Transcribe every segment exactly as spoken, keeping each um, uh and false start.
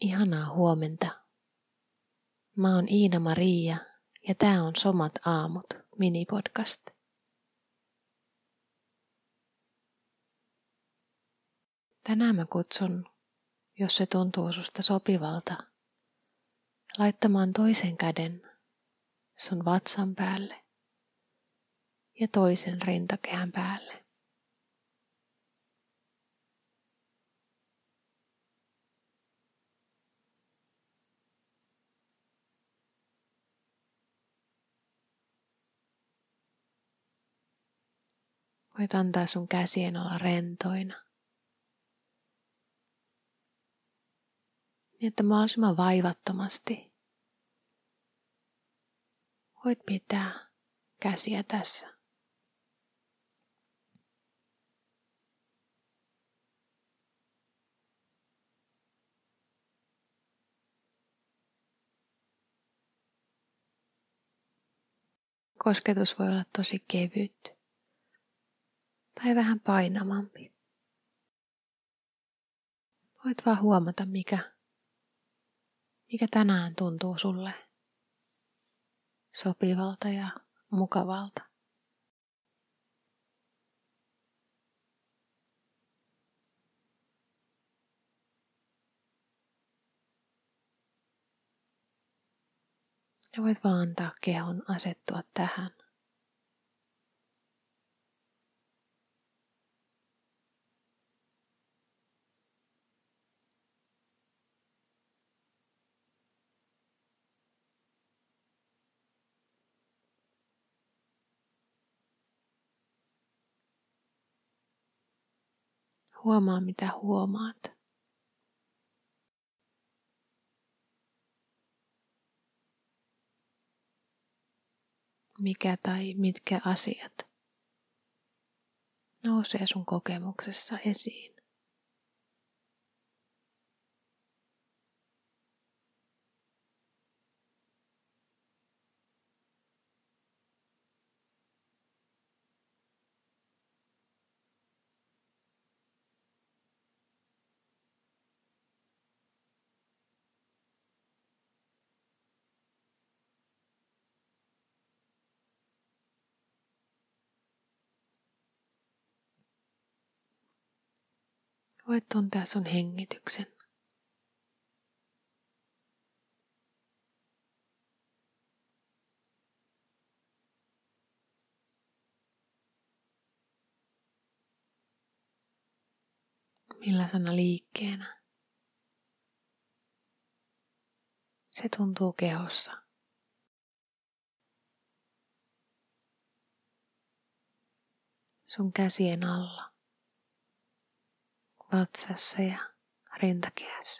Ihanaa huomenta. Mä oon Iina-Maria ja tää on Somat aamut minipodcast. Tänään mä kutsun, jos se tuntuu susta sopivalta, laittamaan toisen käden sun vatsan päälle ja toisen rintakehän päälle. Voit antaa sun käsien olla rentoina. Niin että mahdollisimman vaivattomasti voit pitää käsiä tässä. Kosketus voi olla tosi kevyt tai vähän painavampi. Voit vaan huomata, mikä, mikä tänään tuntuu sulle sopivalta ja mukavalta. Ja voit vaan antaa kehon asettua tähän. Huomaa mitä huomaat. Mikä tai mitkä asiat nousee sun kokemuksessa esiin. Voit tuntea sun hengityksen. Millaisena liikkeenä se tuntuu kehossa. Sun käsien alla, vatsassa ja rintakehässä.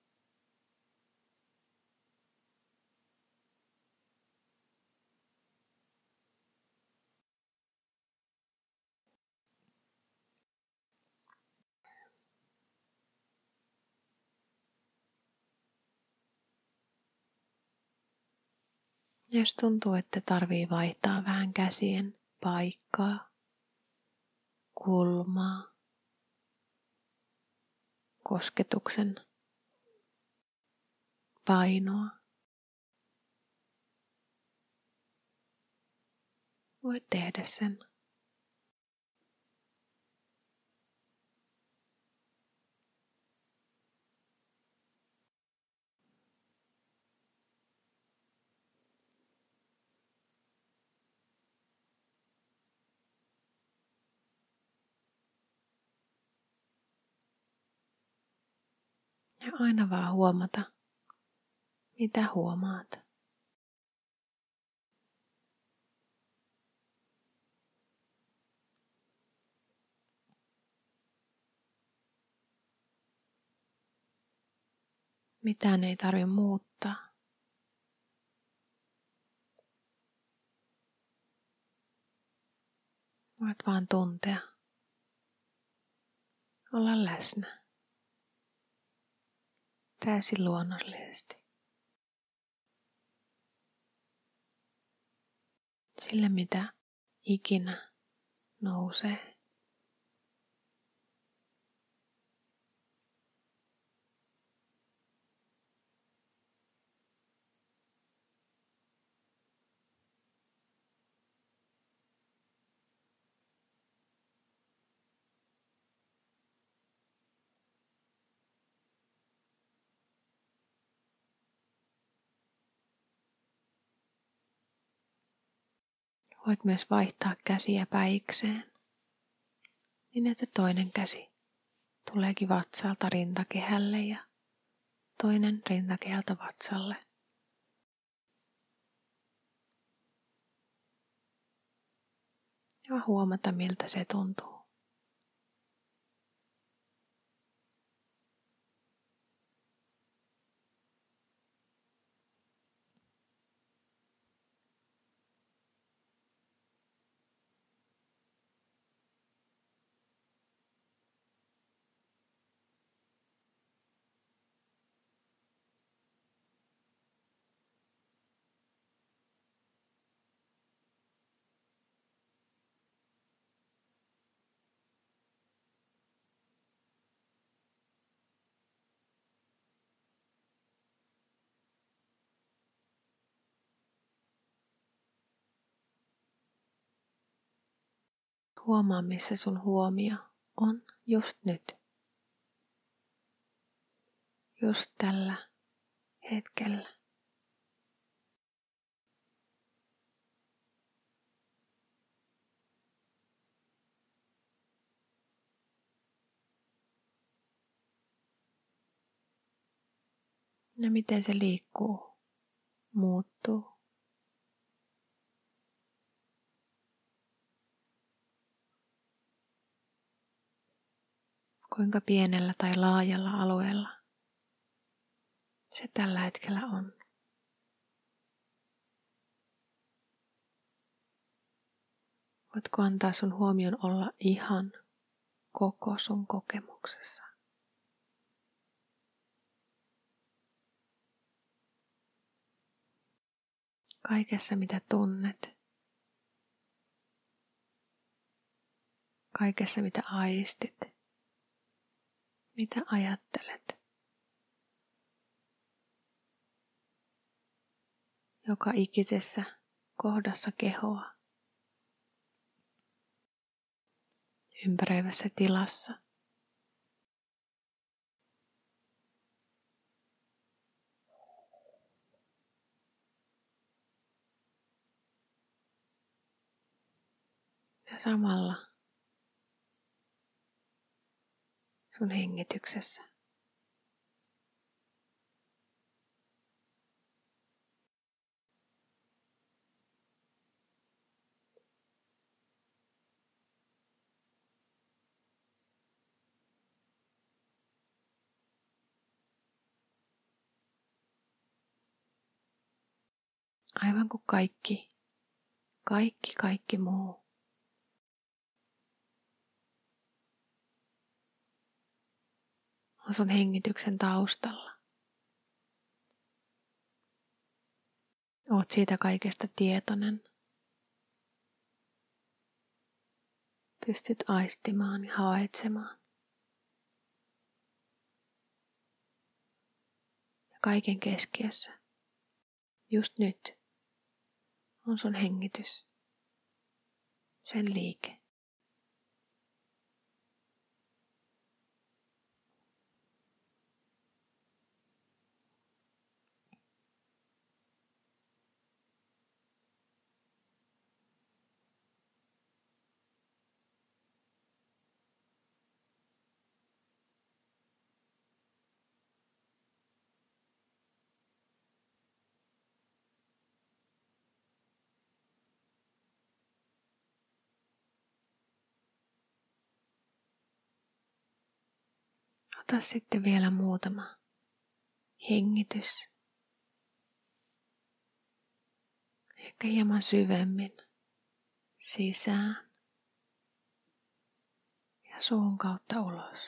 Jos tuntuu, että tarvii vaihtaa vähän käsien paikkaa, kulmaa, kosketuksen painoa, voit tehdä sen. Ja aina vaan huomata, mitä huomaat. Mitään ei tarvitse muuttaa. Voit vaan tuntea, olla läsnä. Täysin luonnollisesti. Sille mitä ikinä nousee. Voit myös vaihtaa käsiä päikseen, niin että toinen käsi tuleekin vatsalta rintakehälle ja toinen rintakehältä vatsalle. Ja huomata, miltä se tuntuu. Huomaa, missä sun huomio on just nyt. Just tällä hetkellä. Ja miten se liikkuu, muuttuu. Kuinka pienellä tai laajalla alueella se tällä hetkellä on. Voitko antaa sun huomion olla ihan koko sun kokemuksessa? Kaikessa mitä tunnet. Kaikessa mitä aistit. Mitä ajattelet. Joka ikisessä kohdassa kehoa. Ympäröivässä tilassa. Ja samalla sun hengityksessä. Aivan kuin kaikki, kaikki, kaikki muu. On sun hengityksen taustalla. Oot siitä kaikesta tietoinen. Pystyt aistimaan ja havaitsemaan. Ja kaiken keskiössä, just nyt, on sun hengitys, sen liike. Ota sitten vielä muutama hengitys. Ehkä hieman syvemmin sisään ja suun kautta ulos.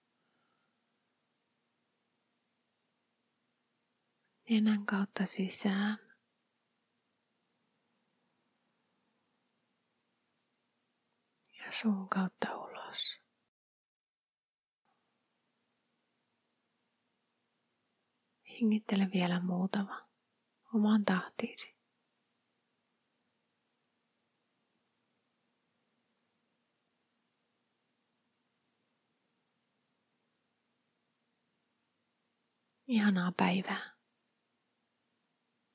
Nenän kautta sisään. Ja suun kautta ulos. Hengittele vielä muutama omaan tahtiisi. Ihanaa päivää.